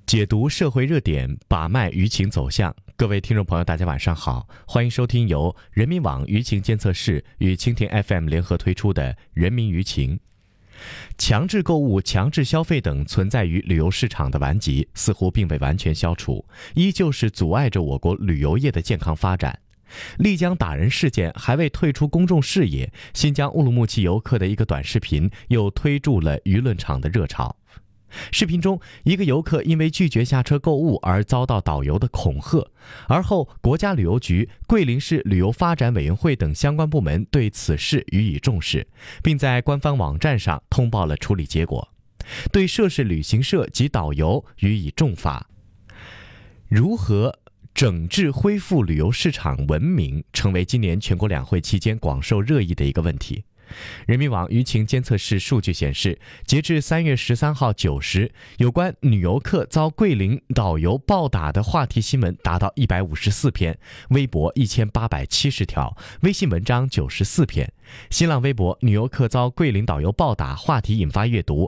解读社会热点，把脉舆情走向。各位听众朋友，大家晚上好，欢迎收听由人民网舆情监测室与蜻蜓 FM 联合推出的《人民舆情》。强制购物、强制消费等存在于旅游市场的顽疾，似乎并未完全消除，依旧是阻碍着我国旅游业的健康发展。丽江打人事件还未退出公众视野，新疆乌鲁木齐游客的一个短视频又推住了舆论场的热潮。视频中，一个游客因为拒绝下车购物而遭到导游的恐吓，而后国家旅游局、桂林市旅游发展委员会等相关部门对此事予以重视，并在官方网站上通报了处理结果，对涉事旅行社及导游予以重罚。如何整治恢复旅游市场文明，成为今年全国两会期间广受热议的一个问题。人民网舆情监测室数据显示，截至3月13号9时，有关女游客遭桂林导游暴打的话题新闻达到154篇，微博1870条，微信文章94篇。新浪微博女游客遭桂林导游暴打话题引发阅读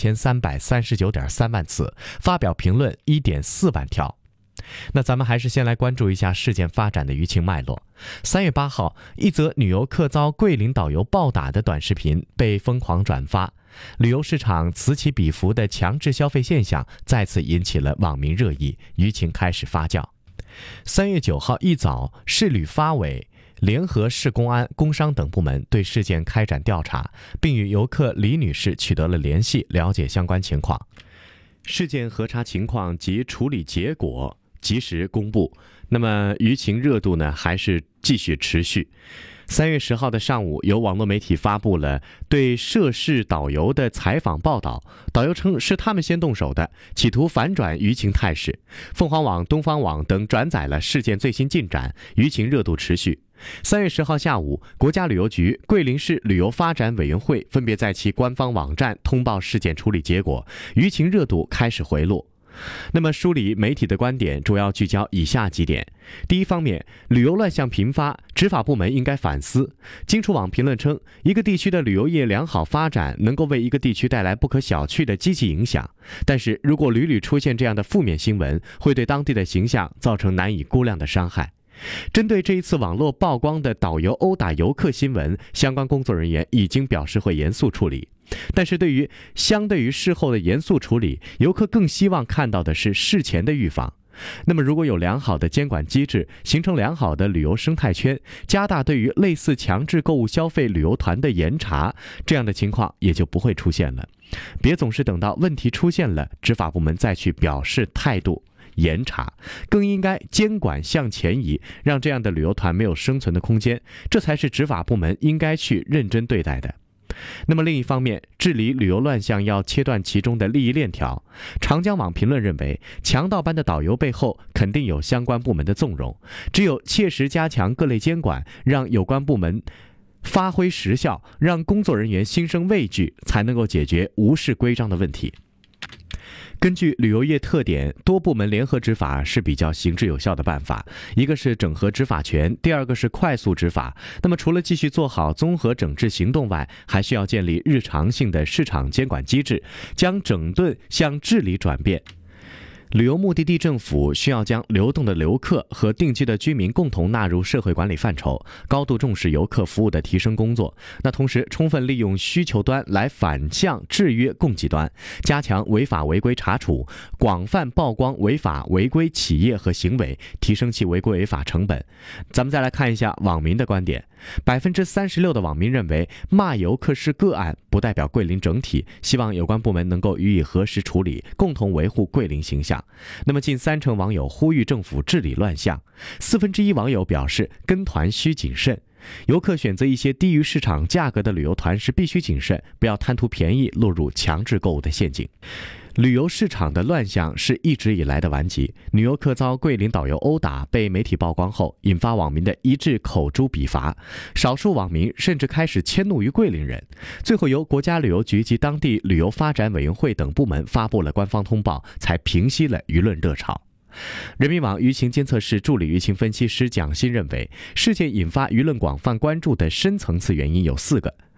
6339.3万次，发表评论1.4万条。那咱们还是先来关注一下事件发展的舆情脉络。3月8号，一则女游客遭桂林导游暴打的短视频被疯狂转发，旅游市场此起彼伏的强制消费现象再次引起了网民热议，舆情开始发酵。3月9号一早，市旅发委联合市公安、工商等部门对事件开展调查，并与游客李女士取得了联系，了解相关情况。事件核查情况及处理结果及时公布，那么舆情热度呢还是继续持续。3月10号的上午，有网络媒体发布了对涉事导游的采访报道，导游称是他们先动手的，企图反转舆情态势。凤凰网、东方网等转载了事件最新进展，舆情热度持续。3月10号下午，国家旅游局、桂林市旅游发展委员会分别在其官方网站通报事件处理结果，舆情热度开始回落。那么梳理媒体的观点主要聚焦以下几点。第一方面，旅游乱象频发，执法部门应该反思。荆楚网评论称，一个地区的旅游业良好发展能够为一个地区带来不可小觑的积极影响，但是如果屡屡出现这样的负面新闻，会对当地的形象造成难以估量的伤害。针对这一次网络曝光的导游殴打游客新闻，相关工作人员已经表示会严肃处理。但是相对于事后的严肃处理，游客更希望看到的是事前的预防。那么如果有良好的监管机制，形成良好的旅游生态圈，加大对于类似强制购物消费旅游团的严查，这样的情况也就不会出现了。别总是等到问题出现了，执法部门再去表示态度严查，更应该监管向前移，让这样的旅游团没有生存的空间，这才是执法部门应该去认真对待的。那么另一方面，治理旅游乱象要切断其中的利益链条。长江网评论认为，强盗般的导游背后肯定有相关部门的纵容，只有切实加强各类监管，让有关部门发挥实效，让工作人员心生畏惧，才能够解决无视规章的问题。根据旅游业特点，多部门联合执法是比较行之有效的办法。一个是整合执法权，第二个是快速执法。那么除了继续做好综合整治行动外，还需要建立日常性的市场监管机制，将整顿向治理转变。旅游目的地政府需要将流动的游客和定居的居民共同纳入社会管理范畴，高度重视游客服务的提升工作。那同时充分利用需求端来反向制约供给端，加强违法违规查处，广泛曝光违法违规企业和行为，提升其违规违法成本。咱们再来看一下网民的观点。36%的网民认为，骂游客是个案，不代表桂林整体，希望有关部门能够予以核实处理，共同维护桂林形象。那么近30%网友呼吁政府治理乱象，1/4网友表示跟团需谨慎。游客选择一些低于市场价格的旅游团时必须谨慎，不要贪图便宜落入强制购物的陷阱。旅游市场的乱象是一直以来的顽疾，女游客遭桂林导游殴打被媒体曝光后，引发网民的一致口诛笔伐，少数网民甚至开始迁怒于桂林人，最后由国家旅游局及当地旅游发展委员会等部门发布了官方通报，才平息了舆论热潮。人民网舆情监测室助理舆情分析师蒋欣认为，事件引发舆论广泛关注的深层次原因有4个。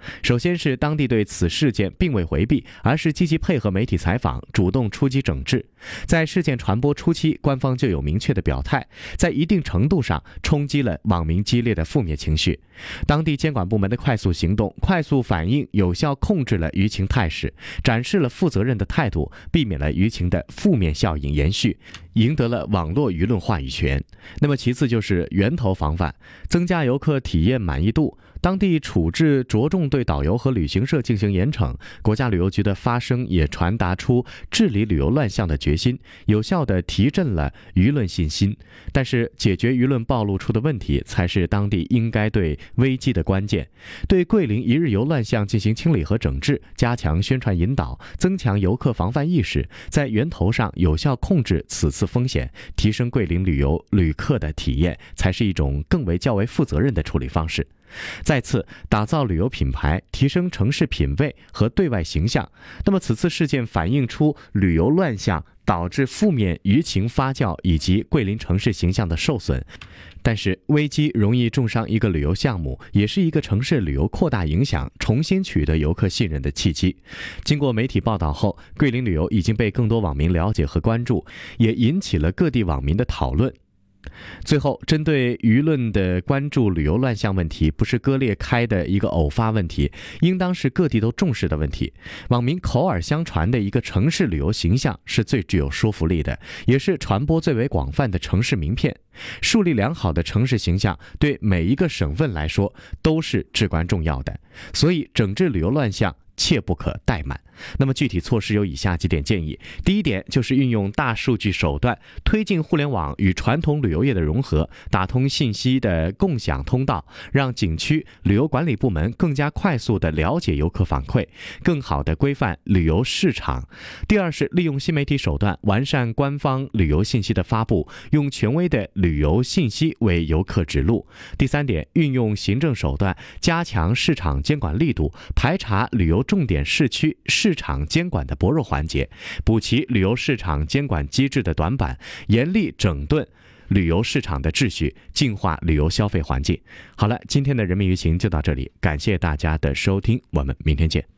首先是当地对此事件并未回避，而是积极配合媒体采访，主动出击整治。在事件传播初期，官方就有明确的表态，在一定程度上冲击了网民激烈的负面情绪。当地监管部门的快速行动、快速反应，有效控制了舆情态势，展示了负责任的态度，避免了舆情的负面效应延续，赢得了网络舆论话语权。那么其次就是源头防范，增加游客体验满意度。当地处置着重对导游和旅行社进行严惩，国家旅游局的发声也传达出治理旅游乱象的决心，有效地提振了舆论信心。但是解决舆论暴露出的问题，才是当地应该对危机的关键。对桂林一日游乱象进行清理和整治，加强宣传引导，增强游客防范意识，在源头上有效控制此次风险，提升桂林旅客的体验，才是一种较为负责任的处理方式。再次打造旅游品牌，提升城市品味和对外形象。那么此次事件反映出旅游乱象导致负面舆情发酵以及桂林城市形象的受损。但是危机容易重伤一个旅游项目，也是一个城市旅游扩大影响、重新取得游客信任的契机。经过媒体报道后，桂林旅游已经被更多网民了解和关注，也引起了各地网民的讨论。最后，针对舆论的关注，旅游乱象问题不是割裂开的一个偶发问题，应当是各地都重视的问题。网民口耳相传的一个城市旅游形象是最具有说服力的，也是传播最为广泛的城市名片。树立良好的城市形象对每一个省份来说都是至关重要的，所以整治旅游乱象切不可怠慢。那么具体措施有以下几点建议。第一点就是运用大数据手段，推进互联网与传统旅游业的融合，打通信息的共享通道，让景区旅游管理部门更加快速地了解游客反馈，更好地规范旅游市场。第二是利用新媒体手段，完善官方旅游信息的发布，用权威的旅游信息为游客指路。第三点，运用行政手段，加强市场监管力度，排查旅游重点市区市场监管的薄弱环节，补齐旅游市场监管机制的短板，严厉整顿旅游市场的秩序，净化旅游消费环境。好了，今天的人民舆情就到这里，感谢大家的收听，我们明天见。